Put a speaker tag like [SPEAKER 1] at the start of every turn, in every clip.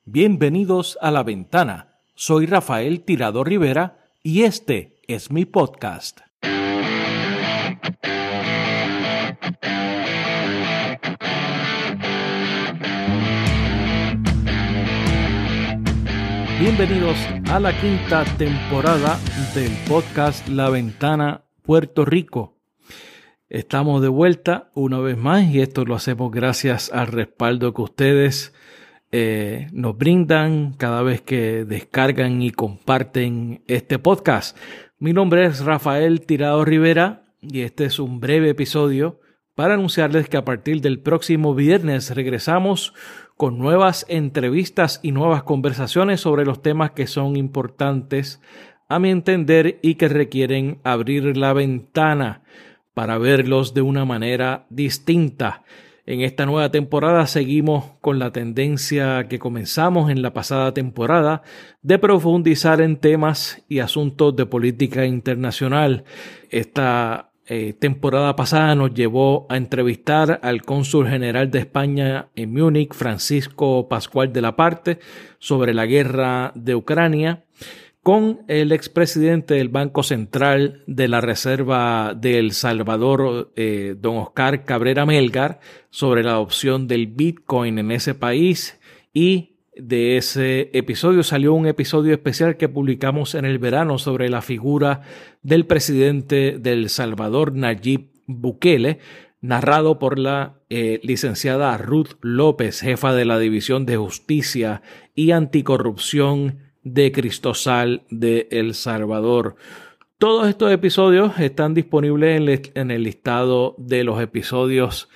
[SPEAKER 1] Bienvenidos a La Ventana. Soy Rafael Tirado Rivera y este es mi podcast. Bienvenidos a la quinta temporada del podcast La Ventana Puerto Rico. Estamos de vuelta una vez más y esto lo hacemos gracias al respaldo que ustedes nos brindan cada vez que descargan y comparten este podcast. Mi nombre es Rafael Tirado Rivera y este es un breve episodio para anunciarles que a partir del próximo viernes regresamos con nuevas entrevistas y nuevas conversaciones sobre los temas que son importantes a mi entender y que requieren abrir la ventana para verlos de una manera distinta. En esta nueva temporada seguimos con la tendencia que comenzamos en la pasada temporada de profundizar en temas y asuntos de política internacional. Esta temporada pasada nos llevó a entrevistar al cónsul general de España en Múnich, Francisco Pascual de la Parte, sobre la guerra de Ucrania, con el expresidente del Banco Central de la Reserva de El Salvador, don Oscar Cabrera Melgar, sobre la adopción del Bitcoin en ese país. Y de ese episodio salió un episodio especial que publicamos en el verano sobre la figura del presidente de El Salvador, Nayib Bukele, narrado por la licenciada Ruth López, jefa de la División de Justicia y Anticorrupción de Cristosal de El Salvador. Todos estos episodios están disponibles en el listado de los episodios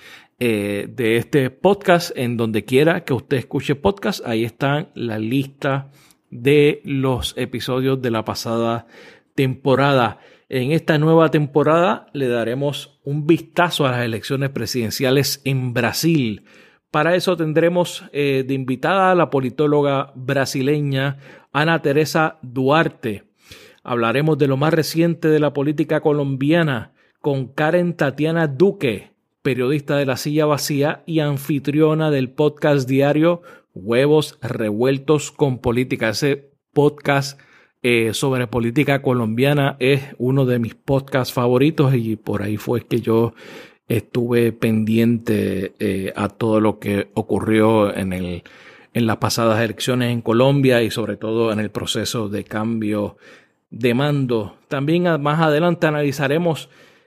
[SPEAKER 1] de este podcast. En donde quiera que usted escuche podcast, ahí está la lista de los episodios de la pasada temporada. En esta nueva temporada le daremos un vistazo a las elecciones presidenciales en Brasil. Para eso tendremos de invitada a la politóloga brasileña Ana Teresa Duarte. Hablaremos de lo más reciente de la política colombiana con Karen Tatiana Duque, periodista de La Silla Vacía y anfitriona del podcast diario Huevos Revueltos con Política. Ese podcast sobre política colombiana es uno de mis podcasts favoritos y por ahí fue que yo estuve pendiente a todo lo que ocurrió en las pasadas elecciones en Colombia y sobre todo en el proceso de cambio de mando. También más adelante analizaremos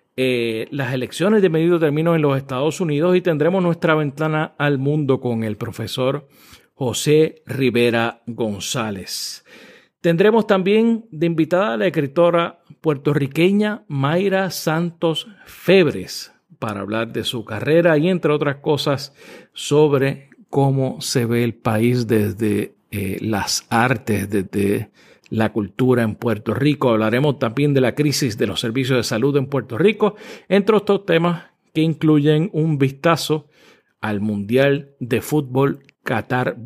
[SPEAKER 1] las elecciones de medio término en los Estados Unidos y tendremos nuestra ventana al mundo con el profesor José Rivera González. Tendremos también de invitada a la escritora puertorriqueña Mayra Santos Febres para hablar de su carrera y entre otras cosas sobre cómo se ve el país desde las artes, desde la cultura en Puerto Rico. Hablaremos también de la crisis de los servicios de salud en Puerto Rico, entre otros temas que incluyen un vistazo al Mundial de Fútbol Qatar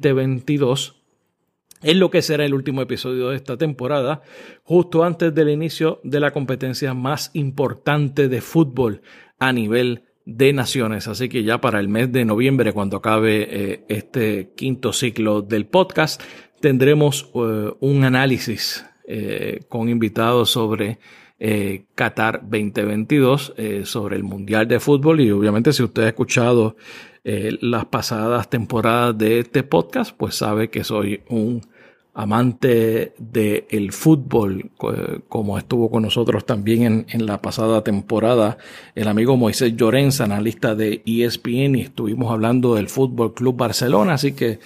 [SPEAKER 1] 2022, en lo que será el último episodio de esta temporada, justo antes del inicio de la competencia más importante de fútbol a nivel de naciones. Así que ya para el mes de noviembre, cuando acabe este quinto ciclo del podcast, tendremos un análisis con invitados sobre Qatar 2022, sobre el Mundial de Fútbol. Y obviamente si usted ha escuchado las pasadas temporadas de este podcast, pues sabe que soy un amante del fútbol, como estuvo con nosotros también en la pasada temporada el amigo Moisés Llorens, analista de ESPN, y estuvimos hablando del Fútbol Club Barcelona, así que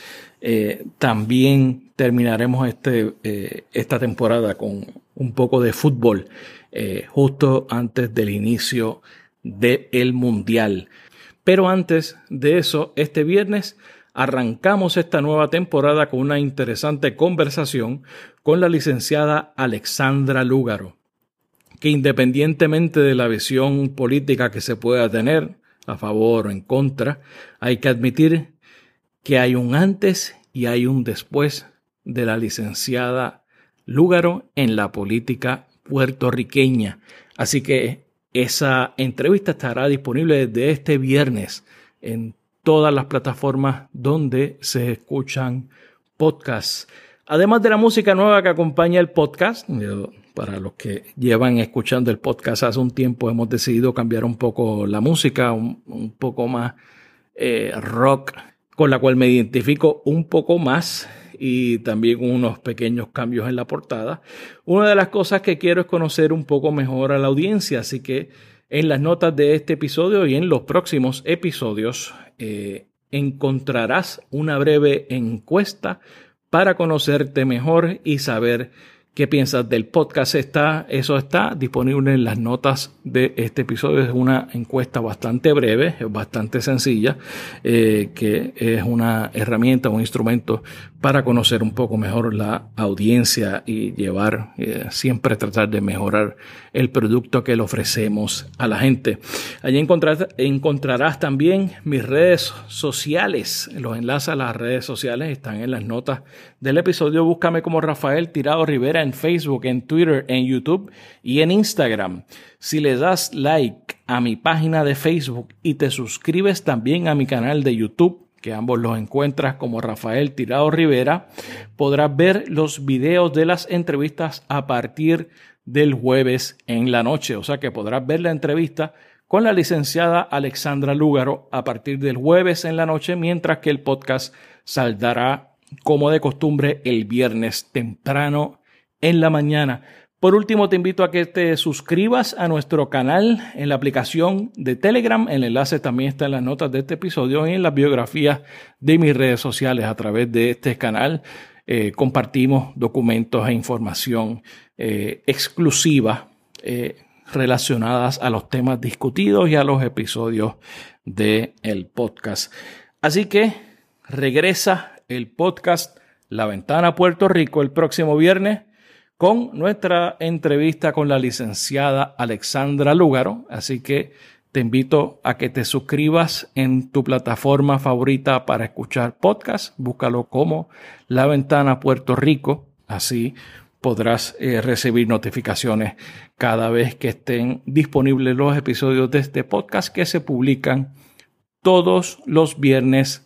[SPEAKER 1] también terminaremos esta temporada con un poco de fútbol justo antes del inicio del Mundial. Pero antes de eso, este viernes arrancamos esta nueva temporada con una interesante conversación con la licenciada Alexandra Lúgaro, que independientemente de la visión política que se pueda tener, a favor o en contra, hay que admitir que hay un antes y hay un después de la licenciada Lúgaro en la política puertorriqueña. Así que esa entrevista estará disponible desde este viernes en todas las plataformas donde se escuchan podcast. Además de la música nueva que acompaña el podcast, para los que llevan escuchando el podcast hace un tiempo, hemos decidido cambiar un poco la música, un poco más rock, con la cual me identifico un poco más, y también unos pequeños cambios en la portada. Una de las cosas que quiero es conocer un poco mejor a la audiencia, así que en las notas de este episodio y en los próximos episodios encontrarás una breve encuesta para conocerte mejor y saber qué piensas del podcast. Eso está disponible en las notas de este episodio. Es una encuesta bastante breve, bastante sencilla, que es una herramienta, un instrumento para conocer un poco mejor la audiencia y siempre tratar de mejorar el producto que le ofrecemos a la gente. Allí encontrarás también mis redes sociales. Los enlaces a las redes sociales están en las notas del episodio. Búscame como Rafael Tirado Rivera en Facebook, en Twitter, en YouTube y en Instagram. Si le das like a mi página de Facebook y te suscribes también a mi canal de YouTube, que ambos los encuentras como Rafael Tirado Rivera, podrás ver los videos de las entrevistas a partir del jueves en la noche. O sea que podrás ver la entrevista con la licenciada Alexandra Lúgaro a partir del jueves en la noche, mientras que el podcast saldrá como de costumbre el viernes temprano en la mañana. Por último, te invito a que te suscribas a nuestro canal en la aplicación de Telegram. El enlace también está en las notas de este episodio y en las biografías de mis redes sociales. A través de este canal compartimos documentos e información exclusiva relacionadas a los temas discutidos y a los episodios del podcast. Así que regresa el podcast La Ventana Puerto Rico el próximo viernes con nuestra entrevista con la licenciada Alexandra Lúgaro. Así que te invito a que te suscribas en tu plataforma favorita para escuchar podcast. Búscalo como La Ventana Puerto Rico. Así podrás recibir notificaciones cada vez que estén disponibles los episodios de este podcast que se publican todos los viernes.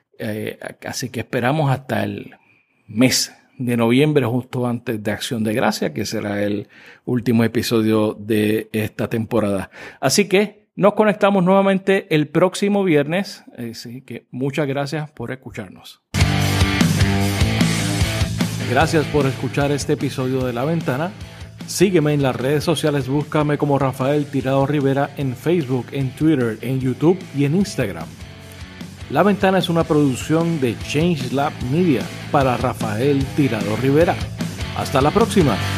[SPEAKER 1] Así que esperamos hasta el mes de noviembre, justo antes de Acción de Gracia, que será el último episodio de esta temporada. Así que nos conectamos nuevamente el próximo viernes. Así que muchas gracias por escucharnos. Gracias por escuchar este episodio de La Ventana. Sígueme en las redes sociales, búscame como Rafael Tirado Rivera en Facebook, en Twitter, en YouTube y en Instagram. La Ventana es una producción de Change Lab Media para Rafael Tirado Rivera. Hasta la próxima.